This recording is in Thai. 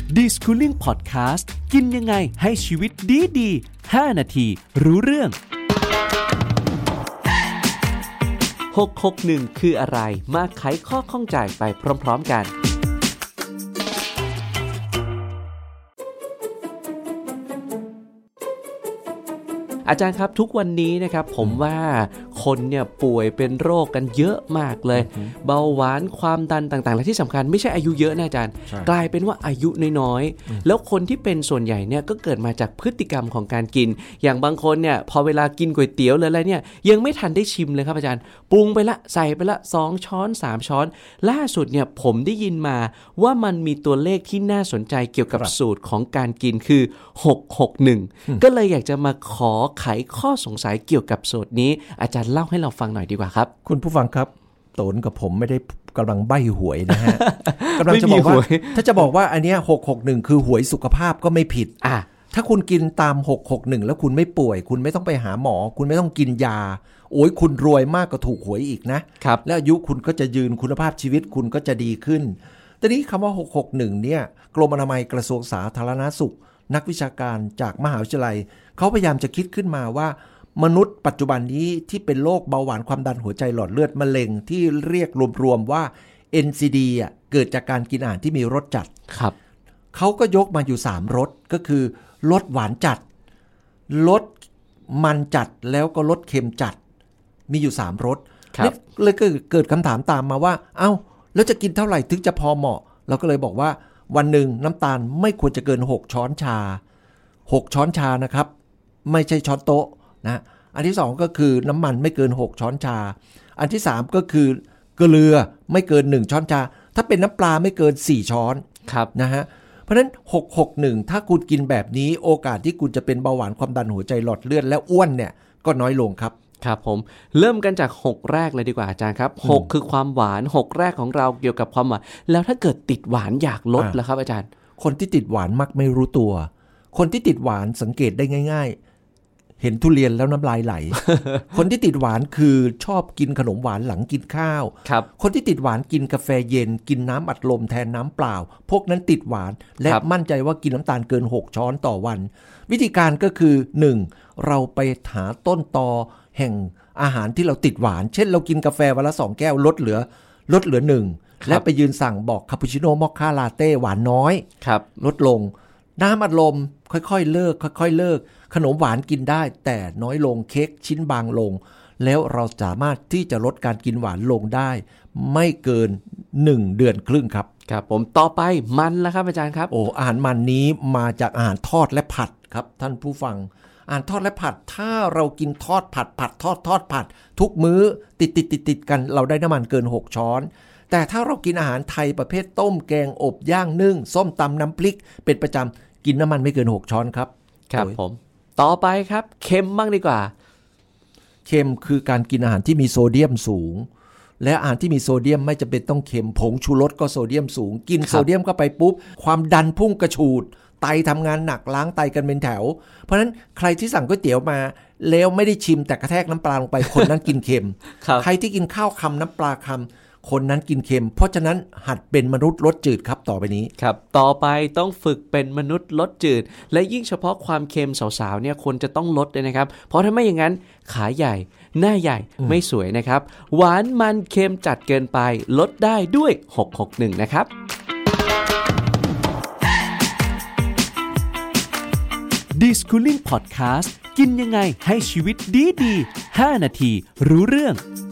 Discooling Podcast กินยังไงให้ชีวิตดีๆ5นาทีรู้เรื่อง661คืออะไรมาไขข้อข้องใจไปพร้อมๆกันอาจารย์ครับทุกวันนี้นะครับผมว่าคนเนี่ยป่วยเป็นโรคกันเยอะมากเลยเบาหวานความดันต่างๆและที่สำคัญไม่ใช่อายุเยอะนะอาจารย์กลายเป็นว่าอายุน้อยๆแล้วคนที่เป็นส่วนใหญ่เนี่ยก็เกิดมาจากพฤติกรรมของการกินอย่างบางคนเนี่ยพอเวลากินก๋วยเตี๋ยวหรืออะไรเนี่ยยังไม่ทันได้ชิมเลยครับอาจารย์ปรุงไปละใส่ไปละ2ช้อน3ช้อนล่าสุดเนี่ยผมได้ยินมาว่ามันมีตัวเลขที่น่าสนใจเกี่ยวกับสูตรของการกินคือ661ก็เลยอยากจะมาขอไขข้อสงสัยเกี่ยวกับสูตรนี้อาจารย์เล่าให้เราฟังหน่อยดีกว่าครับคุณผู้ฟังครับโตนกับผมไม่ได้กำลังใบ้หวยนะฮะ กำลังจะบอกว่าถ้าจะบอกว่าอันเนี้ย661คือหวยสุขภาพก็ไม่ผิดถ้าคุณกินตาม661แล้วคุณไม่ป่วยคุณไม่ต้องไปหาหมอคุณไม่ต้องกินยาโอ้ยคุณรวยมากก็ถูกหวยอีกนะครับและอายุคุณก็จะยืนคุณภาพชีวิตคุณก็จะดีขึ้นแต่นี้คำว่า661เนี่ยกรมอนามัยกระทรวงสาธารณสุขนักวิชาการจากมหาวิทยาลัยเขาพยายามจะคิดขึ้นมาว่ามนุษย์ปัจจุบันนี้ที่เป็นโรคเบาหวานความดันหัวใจหลอดเลือดมะเร็งที่เรียกรวมๆว่า NCD เกิดจากการกินอาหารที่มีรสจัดครับเขาก็ยกมาอยู่3รสก็คือรสหวานจัดรสมันจัดแล้วก็รสเค็มจัดมีอยู่3รสเลยเกิดคำถามตามมาว่าเอ้าแล้วจะกินเท่าไหร่ถึงจะพอเหมาะเราก็เลยบอกว่าวันหนึ่งน้ำตาลไม่ควรจะเกิน6ช้อนชา6ช้อนชานะครับไม่ใช่ช้อนโต๊ะนะอันที่2ก็คือน้ำมันไม่เกิน6ช้อนชาอันที่3ก็คือเกลือไม่เกิน1ช้อนชาถ้าเป็นน้ำปลาไม่เกิน4ช้อนนะฮะเพราะฉะนั้น661ถ้าคุณกินแบบนี้โอกาสที่คุณจะเป็นเบาหวานความดันหัวใจหลอดเลือดและอ้วนเนี่ยก็น้อยลงครับครับผมเริ่มกันจาก6แรกเลยดีกว่าอาจารย์ครับ6คือความหวาน6แรกของเราเกี่ยวกับความหวานแล้วถ้าเกิดติดหวานอยากลดล่ะครับอาจารย์คนที่ติดหวานมักไม่รู้ตัวคนที่ติดหวานสังเกตได้ง่ายๆเห็นทุเรียนแล้วน้ำลายไหล คนที่ติดหวานคือชอบกินขนมหวานหลังกินข้าวคนที่ติดหวานกินกาแฟเย็นกินน้ำอัดลมแทนน้ำเปล่าพวกนั้นติดหวานและมั่นใจว่ากินน้ำตาลเกิน6ช้อนต่อวันวิธีการก็คือ 1. เราไปหาต้นตอแห่งอาหารที่เราติดหวานเช่นเรากินกาแฟวันละ2แก้วลดเหลือ1และไปยืนสั่งบอกคาปูชิโน่มอคค่าลาเต้หวานน้อยลดลงน้ำอัดลมค่อยๆเลิกขนมหวานกินได้แต่น้อยลงเค้กชิ้นบางลงแล้วเราสามารถที่จะลดการกินหวานลงได้ไม่เกิน1เดือนครึ่งครับครับผมต่อไปมันแล้วครับอาจารย์ครับอาหารมันนี้มาจากอาหารทอดและผัดครับท่านผู้ฟังอาหารทอดและผัดถ้าเรากินทอดผัดทอดผัดทุกมื้อติดกันเราได้น้ำมันเกิน6ช้อนแต่ถ้าเรากินอาหารไทยประเภทต้มแกงอบย่างนึ่งส้มตำน้ำพริกเป็นประจำกินน้ำมันไม่เกิน6ช้อนครับครับผมต่อไปครับเค็มบ้างดีกว่าเค็มคือการกินอาหารที่มีโซเดียมสูงและอาหารที่มีโซเดียมไม่จำเป็นต้องเค็มผงชูรสก็โซเดียมสูงกินโซเดียมเข้าไปปุ๊บความดันพุ่งกระฉูดไตทำงานหนักล้างไตกันเป็นแถวเพราะฉะนั้นใครที่สั่งก๋วยเตี๋ยวมาแล้วไม่ได้ชิมแต่กระแทกน้ำปลาลงไปคนนั้นกินเค็ม ใครที่กินข้าวคำน้ำปลาคำคนนั้นกินเค็มเพราะฉะนั้นหัดเป็นมนุษย์รสจืดครับต่อไปนี้ครับต่อไปต้องฝึกเป็นมนุษย์รสจืดและยิ่งเฉพาะความเค็มสาวๆเนี่ยคนจะต้องลดเลยนะครับเพราะถ้าไม่อย่างนั้นขาใหญ่หน้าใหญ่ไม่สวยนะครับหวานมันเค็มจัดเกินไปลดได้ด้วย661นะครับDiscooling Podcast กินยังไงให้ชีวิตดีๆ5นาทีรู้เรื่อง